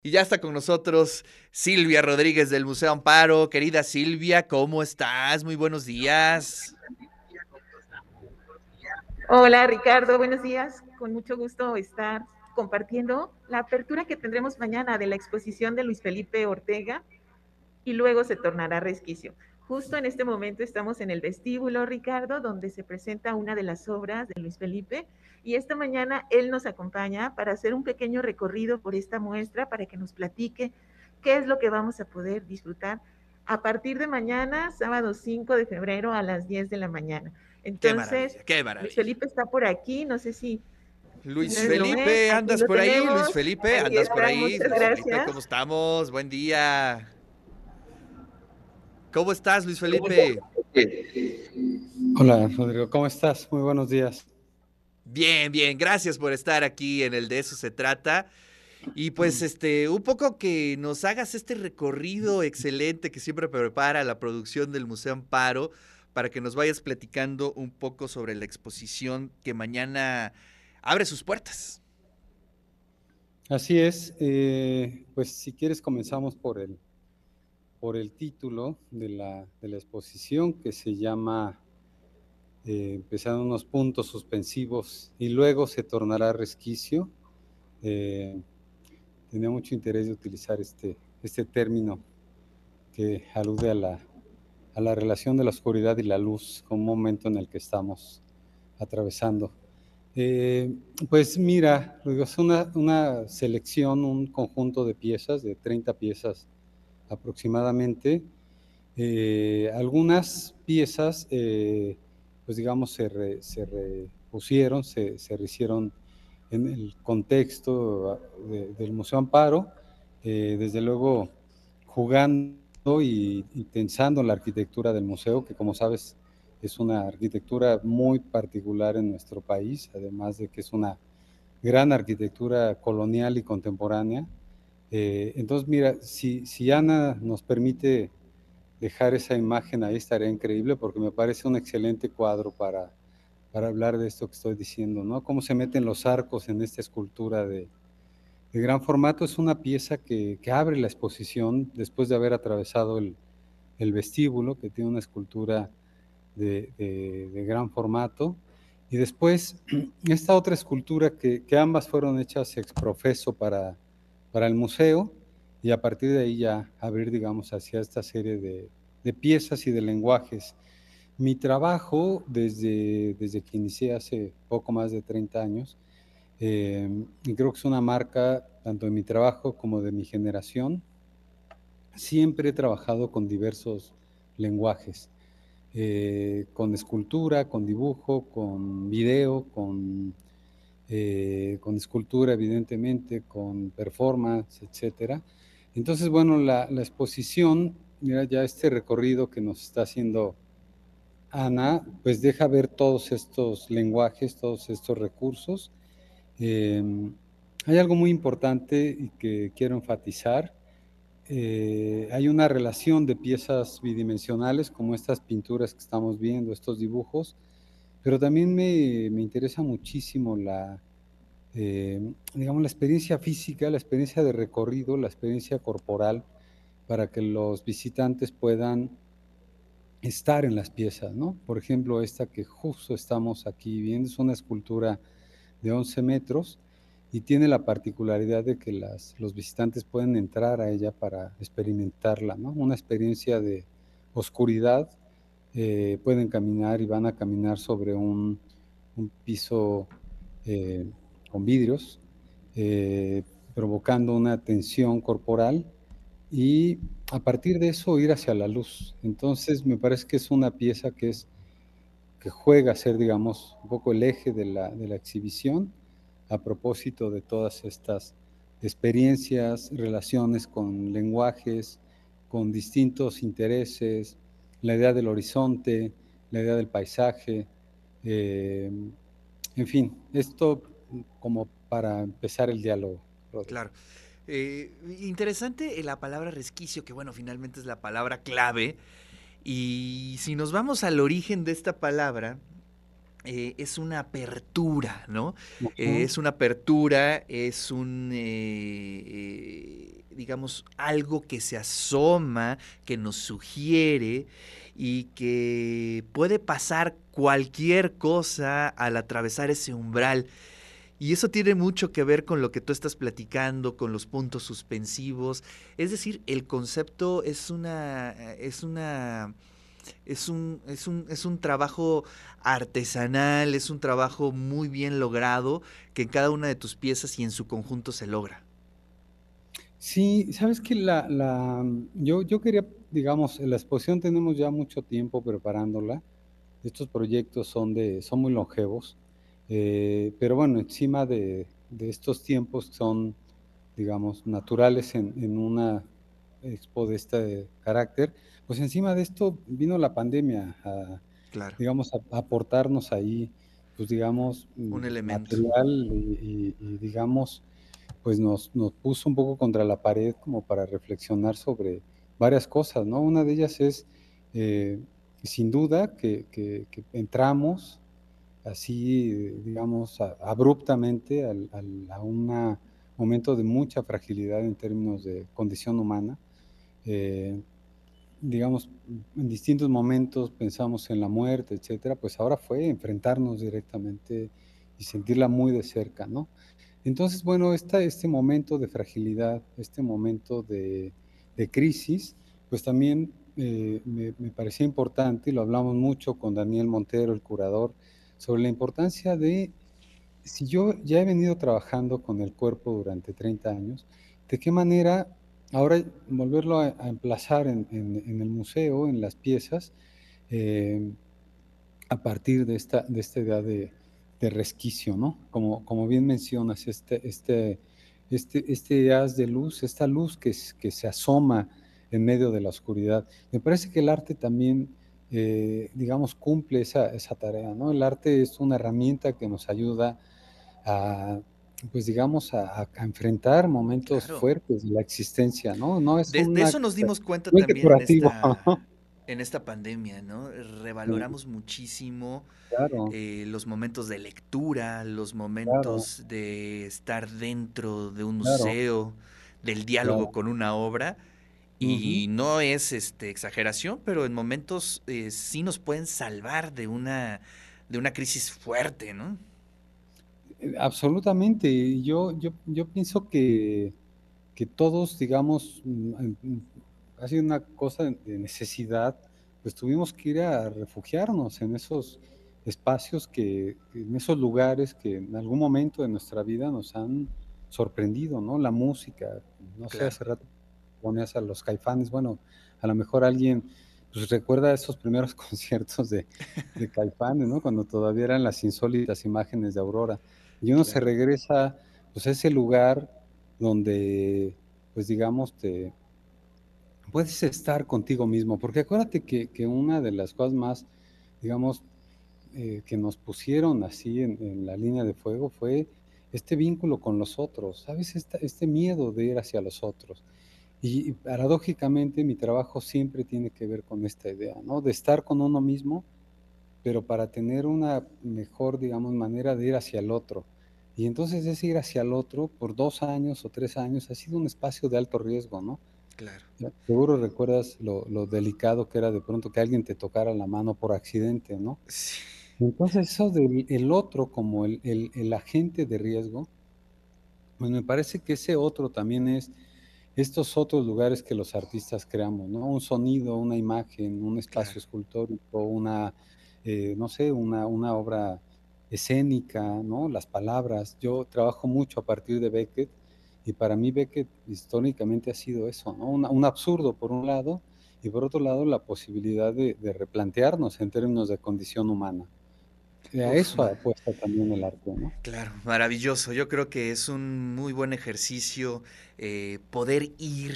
Y ya está con nosotros Silvia Rodríguez del Museo Amparo. Querida Silvia, ¿cómo estás? Muy buenos días. Hola Ricardo, buenos días. Con mucho gusto estar compartiendo la apertura que tendremos mañana de la exposición de Luis Felipe Ortega y luego se tornará resquicio. Justo en este momento estamos en el vestíbulo, Ricardo, donde se presenta una de las obras de Luis Felipe y esta mañana él nos acompaña para hacer un pequeño recorrido por esta muestra para que nos platique qué es lo que vamos a poder disfrutar a partir de mañana, sábado 5 de febrero a las 10 de la mañana. Qué Entonces, maravilla, qué Luis maravilla. Felipe está por aquí, no sé si Luis ustedes lo ven, Felipe, aquí ¿andas lo por ahí? tenemos, Luis Felipe, aquí ¿andas por está, ahí? muchas Luis Felipe, gracias. ¿cómo estamos? Buen día. ¿Cómo estás, Luis Felipe? Hola, Rodrigo, ¿cómo estás? Muy buenos días. Bien, bien, gracias por estar aquí en el De Eso Se Trata. Y pues un poco que nos hagas este recorrido excelente que siempre prepara la producción del Museo Amparo para que nos vayas platicando un poco sobre la exposición que mañana abre sus puertas. Así es, pues si quieres comenzamos por el título de la exposición que se llama Empezando unos puntos suspensivos y luego se tornará resquicio. Eh, Tenía mucho interés de utilizar este término que alude a la relación de la oscuridad y la luz, como un momento en el que estamos atravesando. Eh, pues mira, Rodrigo, es una selección, un conjunto de piezas, de 30 piezas aproximadamente. Algunas piezas, pues digamos, se repusieron, se rehicieron en el contexto del Museo Amparo, desde luego jugando y pensando en la arquitectura del museo, que como sabes es una arquitectura muy particular en nuestro país, además de que es una gran arquitectura colonial y contemporánea. Entonces, mira, si Ana nos permite dejar esa imagen ahí, estaría increíble, porque me parece un excelente cuadro para hablar de esto que estoy diciendo, ¿no? Cómo se meten los arcos en esta escultura de gran formato. Es una pieza que abre la exposición después de haber atravesado el vestíbulo, que tiene una escultura de gran formato. Y después, esta otra escultura que ambas fueron hechas ex profeso para el museo, y a partir de ahí ya abrir, digamos, hacia esta serie de piezas y de lenguajes. Mi trabajo, desde que inicié hace poco más de 30 años, y creo que es una marca tanto de mi trabajo como de mi generación, siempre he trabajado con diversos lenguajes, con escultura, con dibujo, con video, con escultura, evidentemente, con performance, etcétera. Entonces, bueno, la exposición, mira, ya este recorrido que nos está haciendo Ana, pues deja ver todos estos lenguajes, todos estos recursos. Eh, Hay algo muy importante y que quiero enfatizar. Hay una relación de piezas bidimensionales, como estas pinturas que estamos viendo, estos dibujos, pero también me interesa muchísimo digamos, la experiencia física, la experiencia de recorrido, la experiencia corporal, para que los visitantes puedan estar en las piezas, ¿no? Por ejemplo, esta que justo estamos aquí viendo es una escultura de 11 metros y tiene la particularidad de que los visitantes pueden entrar a ella para experimentarla, ¿no? Una experiencia de oscuridad. Pueden caminar y van a caminar sobre un piso eh, con vidrios, eh, provocando una tensión corporal y a partir de eso ir hacia la luz. Entonces me parece que es una pieza que juega a ser, digamos, un poco el eje de la exhibición a propósito de todas estas experiencias, relaciones con lenguajes, con distintos intereses, la idea del horizonte, la idea del paisaje, eh, en fin, esto como para empezar el diálogo, Rodrigo. Claro. Interesante la palabra resquicio, que bueno, finalmente es la palabra clave. Y si nos vamos al origen de esta palabra, es una apertura, ¿no? Ujú. Es una apertura, es digamos, algo que se asoma, que nos sugiere y que puede pasar cualquier cosa al atravesar ese umbral. Y eso tiene mucho que ver con lo que tú estás platicando, con los puntos suspensivos. Es decir, el concepto es un trabajo artesanal, es un trabajo muy bien logrado, que en cada una de tus piezas y en su conjunto se logra. Sí, sabes que yo quería, digamos, la exposición tenemos ya mucho tiempo preparándola. Estos proyectos son muy longevos, pero bueno, encima de estos tiempos son, digamos, naturales en una expo de este carácter, pues encima de esto vino la pandemia a, Claro, digamos, a aportarnos ahí, pues digamos, un elemento. material y digamos, pues nos puso un poco contra la pared como para reflexionar sobre varias cosas, ¿no? Una de ellas es, eh, sin duda, que entramos así, digamos, abruptamente a un momento de mucha fragilidad en términos de condición humana. Eh, digamos, en distintos momentos pensamos en la muerte, etcétera, pues ahora fue enfrentarnos directamente y sentirla muy de cerca, ¿no? Entonces, bueno, este momento de fragilidad, este momento de crisis, pues también me parecía importante, y lo hablamos mucho con Daniel Montero, el curador, sobre la importancia de, si yo ya he venido trabajando con el cuerpo durante 30 años, ¿de qué manera ahora volverlo a emplazar en el museo, en las piezas, eh, a partir de esta idea de resquicio, ¿no? Como bien mencionas, este haz de luz, esta luz que se asoma en medio de la oscuridad. Me parece que el arte también, digamos, cumple esa tarea, ¿no? El arte es una herramienta que nos ayuda a, pues, digamos, a enfrentar momentos Claro. fuertes de la existencia, ¿no? No es De una eso nos dimos cuenta no es también decorativo. en esta pandemia, ¿no? Sí, Revaloramos muchísimo claro, los momentos de lectura, los claro, momentos de estar dentro de un claro, museo, del diálogo claro. con una obra. Ujú. Y no es exageración, pero en momentos sí nos pueden salvar de una crisis fuerte, ¿no? Absolutamente. Y yo pienso que todos, digamos, ha sido una cosa de necesidad, pues tuvimos que ir a refugiarnos en esos espacios en esos lugares que en algún momento de nuestra vida nos han sorprendido, ¿no? La música, no sé, Claro. hace rato ponías a los Caifanes, bueno, a lo mejor alguien, pues recuerda esos primeros conciertos de Caifanes, ¿no? Cuando todavía eran las insólitas imágenes de Aurora. Y uno se Claro. regresa, pues, a ese lugar donde, pues, digamos, te puedes estar contigo mismo, porque acuérdate que una de las cosas más, digamos, que nos pusieron así en la línea de fuego fue este vínculo con los otros, ¿sabes? Este miedo de ir hacia los otros. Y paradójicamente mi trabajo siempre tiene que ver con esta idea, ¿no? De estar con uno mismo, pero para tener una mejor, digamos, manera de ir hacia el otro. Y entonces ese ir hacia el otro por 2 años o 3 años ha sido un espacio de alto riesgo, ¿no? Claro. Seguro recuerdas lo delicado que era de pronto que alguien te tocara la mano por accidente, ¿no? Sí. Entonces eso del el otro como el agente de riesgo, pues me parece que ese otro también es estos otros lugares que los artistas creamos, ¿no? Un sonido, una imagen, un espacio Claro. escultórico, no sé, una obra escénica, ¿no? Las palabras. Yo trabajo mucho a partir de Beckett, y para mí Beckett históricamente ha sido eso, ¿no? Un absurdo por un lado, y por otro lado la posibilidad de replantearnos en términos de condición humana. Y a Uf, eso apuesta también el arte, ¿no? claro, maravilloso. Yo creo que es un muy buen ejercicio poder ir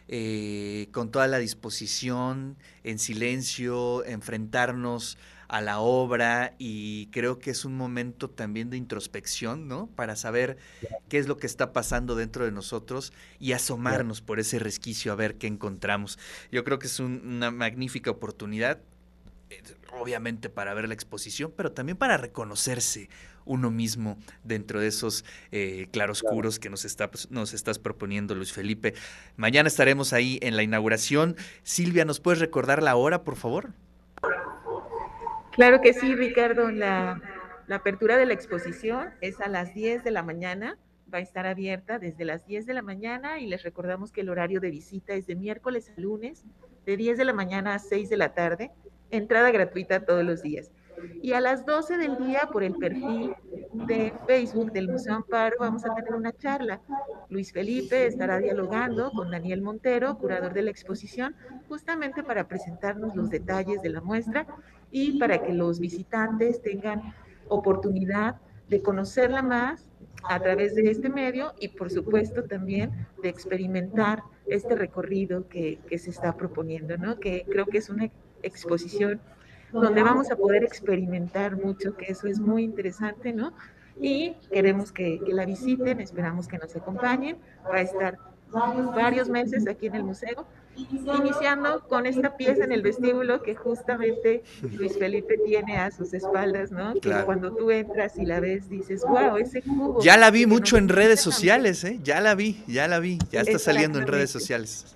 con toda la disposición, en silencio, enfrentarnos a la obra y creo que es un momento también de introspección, ¿no? Para saber qué es lo que está pasando dentro de nosotros y Claro. asomarnos por ese resquicio a ver qué encontramos. Yo creo que es una magnífica oportunidad. obviamente para ver la exposición, pero también para reconocerse uno mismo dentro de esos claroscuros que nos estás proponiendo, Luis Felipe. Mañana estaremos ahí en la inauguración. Silvia, ¿nos puedes recordar la hora, por favor? Claro que sí, Ricardo. La apertura de la exposición es a las 10 de la mañana. Va a estar abierta desde las 10 de la mañana y les recordamos que el horario de visita es de miércoles a lunes, de 10 de la mañana a 6 de la tarde, entrada gratuita todos los días. Y a las 12 del día, por el perfil de Facebook del Museo Amparo, vamos a tener una charla. Luis Felipe estará dialogando con Daniel Montero, curador de la exposición, justamente para presentarnos los detalles de la muestra y para que los visitantes tengan oportunidad de conocerla más a través de este medio y por supuesto también de experimentar este recorrido que se está proponiendo, ¿no? Que creo que es una exposición donde vamos a poder experimentar mucho, que eso es muy interesante, ¿no? Y queremos que la visiten, esperamos que nos acompañen, va a estar varios meses aquí en el museo, iniciando con esta pieza en el vestíbulo que justamente Luis Felipe tiene a sus espaldas, ¿no? Que Claro. cuando tú entras y la ves dices, wow, ese cubo. Ya la vi que mucho nos en redes también. sociales, ¿eh? Ya la vi, ya está saliendo en redes sociales.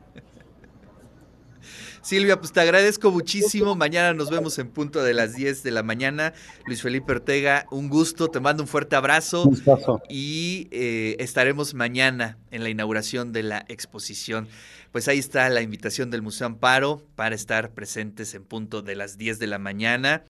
Silvia, pues te agradezco muchísimo. Mañana nos vemos en punto de las 10 de la mañana. Luis Felipe Ortega, un gusto, te mando un fuerte abrazo. Y estaremos mañana en la inauguración de la exposición. Pues ahí está la invitación del Museo Amparo para estar presentes en punto de las 10 de la mañana.